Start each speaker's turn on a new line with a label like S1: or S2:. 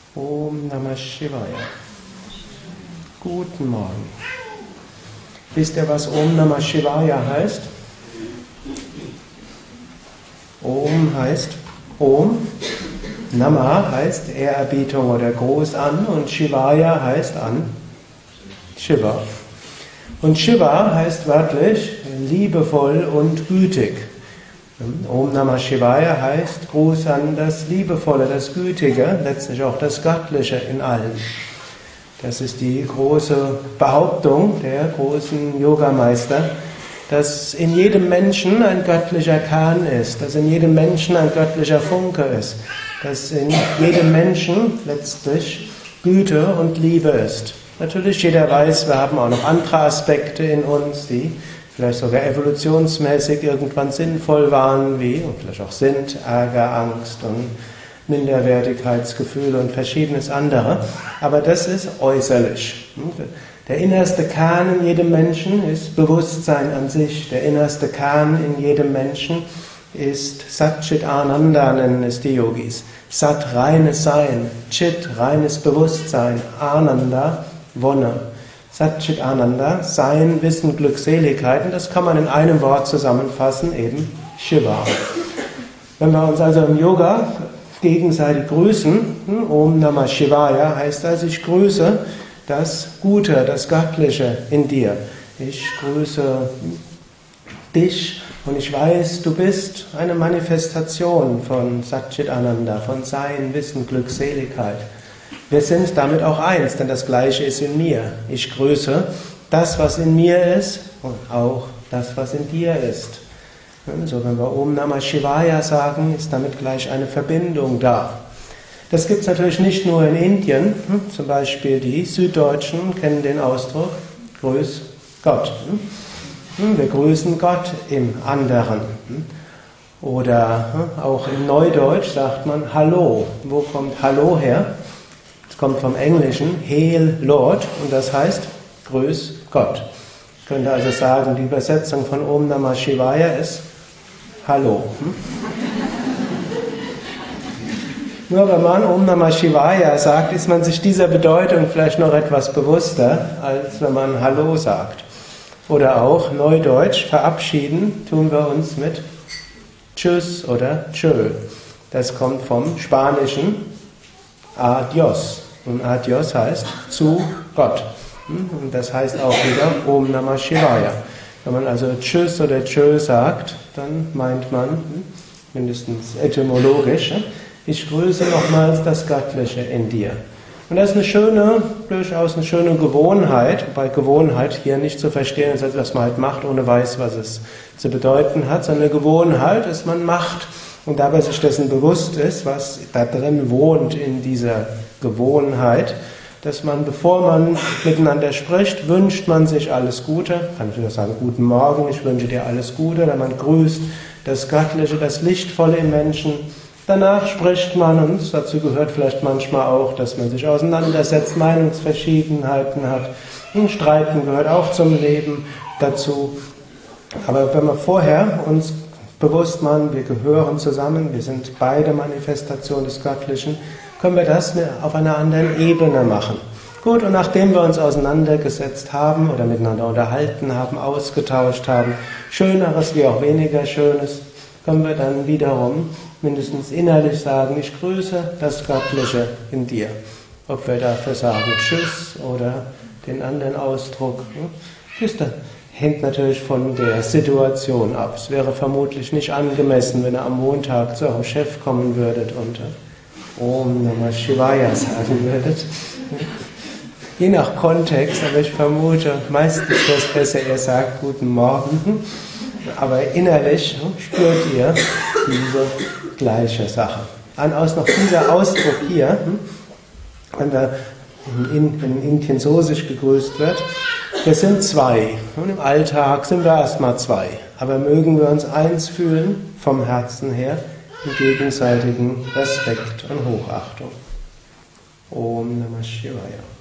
S1: Om Namah Shivaya. Guten Morgen. Wisst ihr, was Om Namah Shivaya heißt? Om heißt Om, Namah heißt Ehrerbietung oder Gruß an und Shivaya heißt an Shiva. Und Shiva heißt wörtlich liebevoll und gütig. Om Namah Shivaya heißt Gruß an das Liebevolle, das Gütige, letztlich auch das Göttliche in allem. Das ist die große Behauptung der großen Yogameister, dass in jedem Menschen ein göttlicher Kern ist, dass in jedem Menschen ein göttlicher Funke ist, dass in jedem Menschen letztlich Güte und Liebe ist. Natürlich, jeder weiß, wir haben auch noch andere Aspekte in uns, die vielleicht sogar evolutionsmäßig irgendwann sinnvoll waren, wie und vielleicht auch sind, Ärger, Angst und Minderwertigkeitsgefühle und verschiedenes andere. Aber das ist äußerlich. Der innerste Kern in jedem Menschen ist Bewusstsein an sich. Der innerste Kern in jedem Menschen ist Sat-Chit Ananda, nennen es die Yogis. Sat, reines Sein, Chit, reines Bewusstsein, Ananda, Wonne. Sat-Chit Ananda, Sein, Wissen, Glückseligkeit. Und das kann man in einem Wort zusammenfassen, eben Shiva. Wenn wir uns also im Yoga gegenseitig grüßen, Om Namah Shivaya, heißt das, ich grüße das Gute, das Göttliche in dir. Ich grüße dich und ich weiß, du bist eine Manifestation von Sat-Chit Ananda, von Sein, Wissen, Glückseligkeit. Wir sind damit auch eins, denn das Gleiche ist in mir. Ich grüße das, was in mir ist und auch das, was in dir ist. So, wenn wir Om Namah Shivaya sagen, ist damit gleich eine Verbindung da. Das gibt es natürlich nicht nur in Indien. Zum Beispiel die Süddeutschen kennen den Ausdruck Grüß Gott. Wir grüßen Gott im anderen. Oder auch im Neudeutsch sagt man Hallo. Wo kommt Hallo her? Es kommt vom Englischen Hail Lord und das heißt Grüß Gott. Ich könnte also sagen, die Übersetzung von Om Namah Shivaya ist Hallo. Nur wenn man Om Namah Shivaya sagt, ist man sich dieser Bedeutung vielleicht noch etwas bewusster, als wenn man Hallo sagt. Oder auch Neudeutsch, verabschieden tun wir uns mit Tschüss oder Tschö. Das kommt vom Spanischen Adios. Und Adios heißt zu Gott. Und das heißt auch wieder Om Namah Shivaya. Wenn man also Tschüss oder Tschö sagt, dann meint man, mindestens etymologisch, ich grüße nochmals das Göttliche in dir. Und das ist eine schöne, durchaus eine schöne Gewohnheit, wobei Gewohnheit hier nicht zu verstehen ist, als was man halt macht, ohne weiß, was es zu bedeuten hat, sondern eine Gewohnheit, dass man macht und dabei sich dessen bewusst ist, was da drin wohnt in dieser Gewohnheit, dass man, bevor man miteinander spricht, wünscht man sich alles Gute. Kann ich nur sagen, guten Morgen, ich wünsche dir alles Gute. Oder man grüßt das Göttliche, das Lichtvolle im Menschen. Danach spricht man, und dazu gehört vielleicht manchmal auch, dass man sich auseinandersetzt, Meinungsverschiedenheiten hat. Und Streiten gehört auch zum Leben dazu. Aber wenn wir vorher uns bewusst machen, wir gehören zusammen, wir sind beide Manifestationen des Göttlichen, können wir das auf einer anderen Ebene machen. Gut, und nachdem wir uns auseinandergesetzt haben oder miteinander unterhalten haben, ausgetauscht haben, Schöneres wie auch weniger Schönes, können wir dann wiederum mindestens innerlich sagen, ich grüße das Göttliche in dir. Ob wir dafür sagen Tschüss oder den anderen Ausdruck. Tschüss, das hängt natürlich von der Situation ab. Es wäre vermutlich nicht angemessen, wenn ihr am Montag zu eurem Chef kommen würdet und Om Namah Shivaya sagen würdet. Je nach Kontext, aber ich vermute, meistens wäre es besser, ihr sagt Guten Morgen, aber innerlich spürt ihr diese gleiche Sache. Aus noch dieser Ausdruck hier, wenn in Indien so sich gegrüßt wird, das sind zwei. Und im Alltag sind wir erstmal zwei. Aber mögen wir uns eins fühlen, vom Herzen her, im gegenseitigen Respekt und Hochachtung. Om Namah Shivaya.